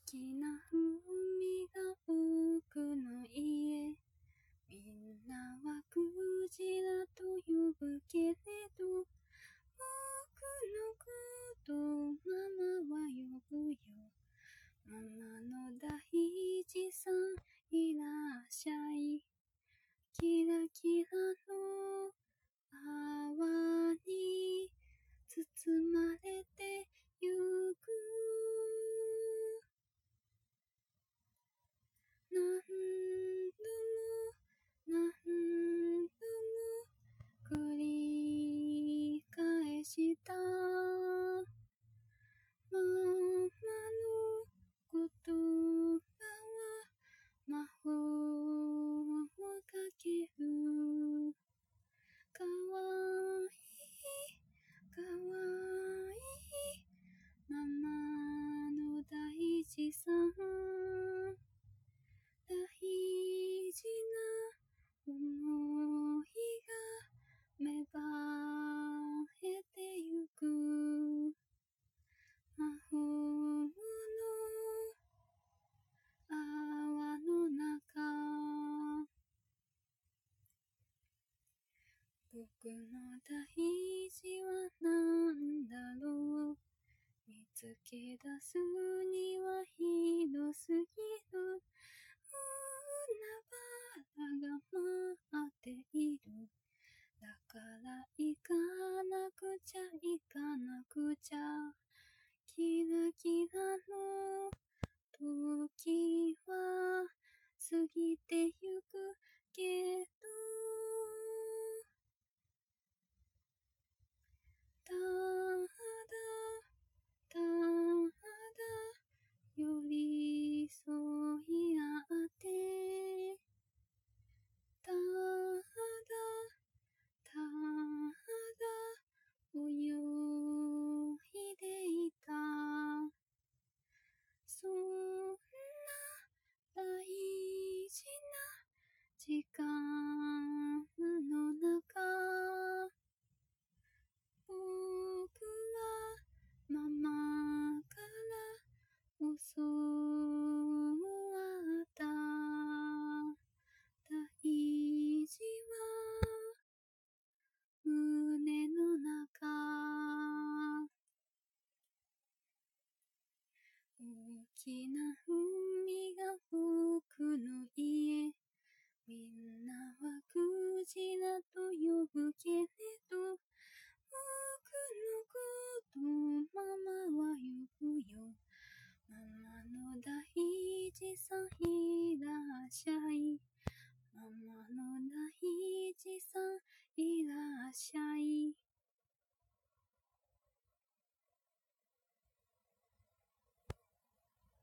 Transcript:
きな海が僕の家。みんなはクジラと呼ぶけれど、僕のことママは呼ぶよ。ママの大地さんいらっしゃい。キラキラの泡に包まれてゆく。何度も繰り返したママの言葉は魔法をかける。かわいいかわいいママの大地さん。大事な思いが芽生えてゆく。魔法の泡の中。僕の大事は何だろう。見つけ出すにはひどすぎる。海原が待っている。だから行かなくちゃ行かなくちゃ。キラキラの時は過ぎてゆくけど、ただ寄り添い合ってただ泳いでいた。そんな大事な時間の中、僕はママから教わった。大事は胸の中。大きな海が僕の家。みんなはクジラと呼ぶけれど、僕のことママは呼ぶよ。ママの大地さんいらっしゃい。ママの大